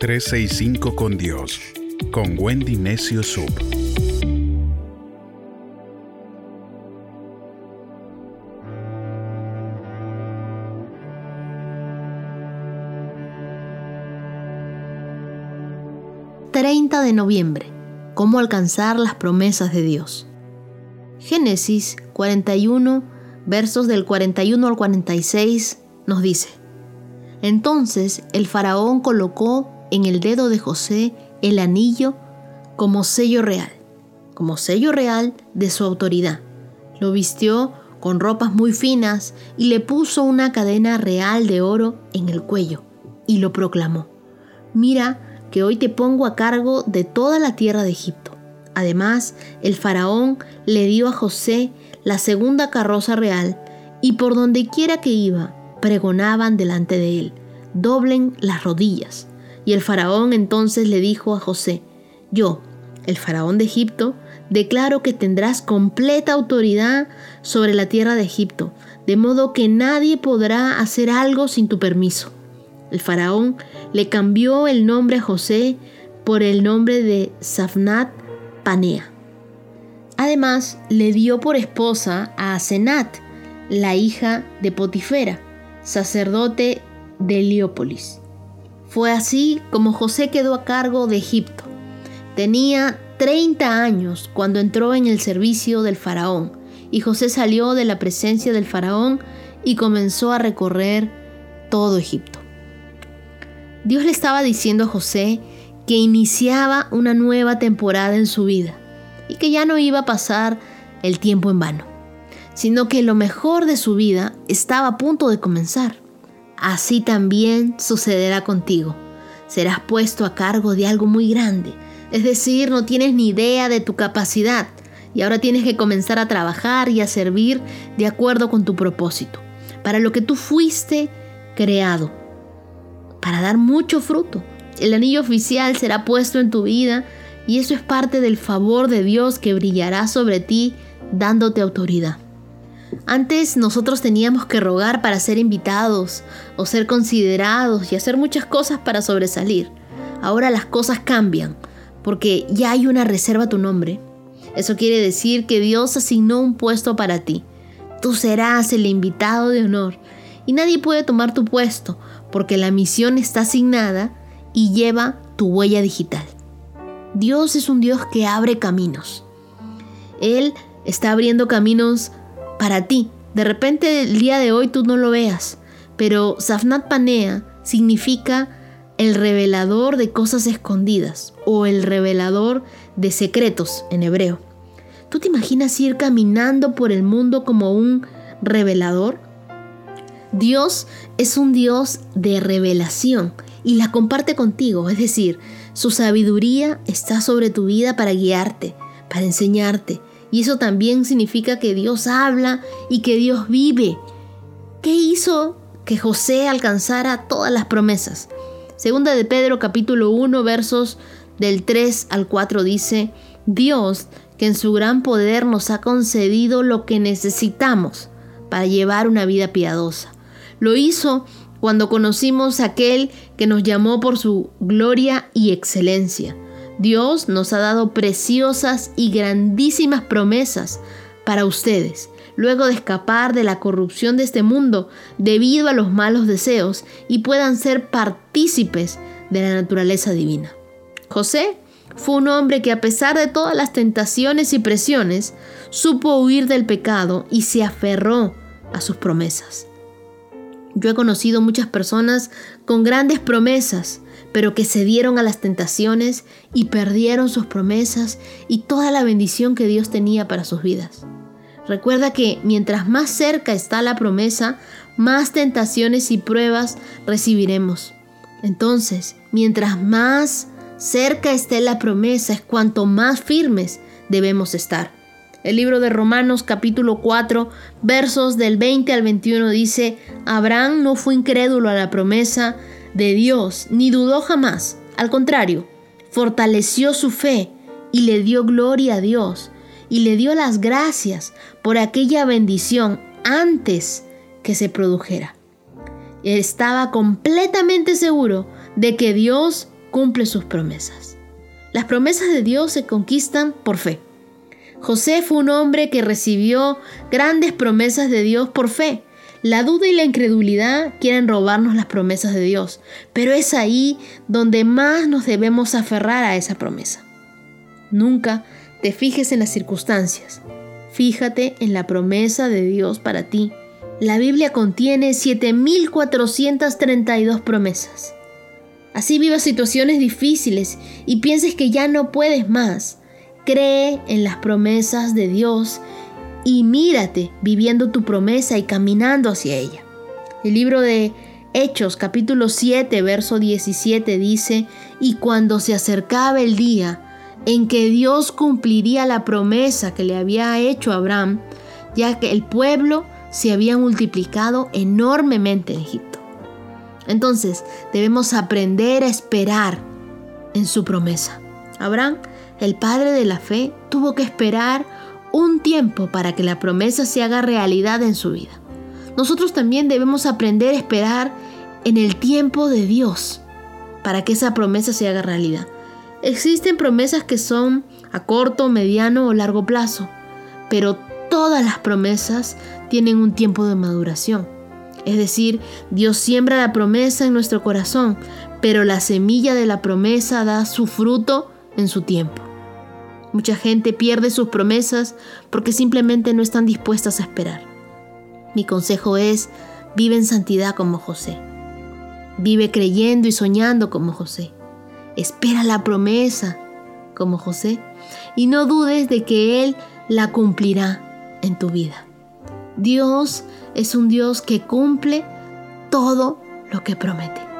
365 con Dios, con Wendy Necio Sub. De noviembre. ¿Cómo alcanzar las promesas de Dios? Génesis 41, versos del 41 al 46 nos dice: Entonces el faraón colocó en el dedo de José el anillo como sello real de su autoridad. Lo vistió con ropas muy finas y le puso una cadena real de oro en el cuello y lo proclamó: Mira que hoy te pongo a cargo de toda la tierra de Egipto. Además, el faraón le dio a José la segunda carroza real y por donde quiera que iba, pregonaban delante de él: doblen las rodillas. Y el faraón entonces le dijo a José: Yo, el faraón de Egipto, declaro que tendrás completa autoridad sobre la tierra de Egipto, de modo que nadie podrá hacer algo sin tu permiso. El faraón le cambió el nombre a José por el nombre de Safnat Panea. Además, le dio por esposa a Asenat, la hija de Potifera, sacerdote de Heliópolis. Fue así como José quedó a cargo de Egipto. Tenía 30 años cuando entró en el servicio del faraón, y José salió de la presencia del faraón y comenzó a recorrer todo Egipto. Dios le estaba diciendo a José que iniciaba una nueva temporada en su vida y que ya no iba a pasar el tiempo en vano, sino que lo mejor de su vida estaba a punto de comenzar. Así también sucederá contigo. Serás puesto a cargo de algo muy grande, es decir, no tienes ni idea de tu capacidad y ahora tienes que comenzar a trabajar y a servir de acuerdo con tu propósito, para lo que tú fuiste creado, para dar mucho fruto. El anillo oficial será puesto en tu vida y eso es parte del favor de Dios que brillará sobre ti, dándote autoridad. Antes nosotros teníamos que rogar para ser invitados o ser considerados y hacer muchas cosas para sobresalir. Ahora las cosas cambian porque ya hay una reserva a tu nombre. Eso quiere decir que Dios asignó un puesto para ti. Tú serás el invitado de honor y nadie puede tomar tu puesto porque la misión está asignada y lleva tu huella digital. Dios es un Dios que abre caminos. Él está abriendo caminos para ti. De repente el día de hoy tú no lo veas, pero Safnat Panea significa el revelador de cosas escondidas o el revelador de secretos en hebreo. ¿Tú te imaginas ir caminando por el mundo como un revelador? Dios es un Dios de revelación y la comparte contigo, es decir, su sabiduría está sobre tu vida para guiarte, para enseñarte. Y eso también significa que Dios habla y que Dios vive. ¿Qué hizo que José alcanzara todas las promesas? Segunda de Pedro capítulo 1 versos del 3 al 4 dice: Dios, que en su gran poder nos ha concedido lo que necesitamos para llevar una vida piadosa. Lo hizo cuando conocimos a aquel que nos llamó por su gloria y excelencia. Dios nos ha dado preciosas y grandísimas promesas para ustedes, luego de escapar de la corrupción de este mundo debido a los malos deseos y puedan ser partícipes de la naturaleza divina. José fue un hombre que, a pesar de todas las tentaciones y presiones, supo huir del pecado y se aferró a sus promesas. Yo he conocido muchas personas con grandes promesas, pero que cedieron a las tentaciones y perdieron sus promesas y toda la bendición que Dios tenía para sus vidas. Recuerda que mientras más cerca está la promesa, más tentaciones y pruebas recibiremos. Entonces, mientras más cerca esté la promesa, es cuanto más firmes debemos estar. El libro de Romanos capítulo 4, versos del 20 al 21 dice: Abraham no fue incrédulo a la promesa de Dios, ni dudó jamás. Al contrario, fortaleció su fe y le dio gloria a Dios y le dio las gracias por aquella bendición antes que se produjera. Estaba completamente seguro de que Dios cumple sus promesas. Las promesas de Dios se conquistan por fe. José fue un hombre que recibió grandes promesas de Dios por fe. La duda y la incredulidad quieren robarnos las promesas de Dios, pero es ahí donde más nos debemos aferrar a esa promesa. Nunca te fijes en las circunstancias. Fíjate en la promesa de Dios para ti. La Biblia contiene 7,432 promesas. Así vivas situaciones difíciles y pienses que ya no puedes más. Cree en las promesas de Dios y mírate viviendo tu promesa y caminando hacia ella. El libro de Hechos, capítulo 7, verso 17 dice: y cuando se acercaba el día en que Dios cumpliría la promesa que le había hecho a Abraham, ya que el pueblo se había multiplicado enormemente en Egipto. Entonces debemos aprender a esperar en su promesa. Abraham, el padre de la fe, tuvo que esperar un tiempo para que la promesa se haga realidad en su vida. Nosotros también debemos aprender a esperar en el tiempo de Dios para que esa promesa se haga realidad. Existen promesas que son a corto, mediano o largo plazo, pero todas las promesas tienen un tiempo de maduración. Es decir, Dios siembra la promesa en nuestro corazón, pero la semilla de la promesa da su fruto en su tiempo. Mucha gente pierde sus promesas porque simplemente no están dispuestas a esperar. Mi consejo es: vive en santidad como José. Vive creyendo y soñando como José. Espera la promesa como José y no dudes de que Él la cumplirá en tu vida. Dios es un Dios que cumple todo lo que promete.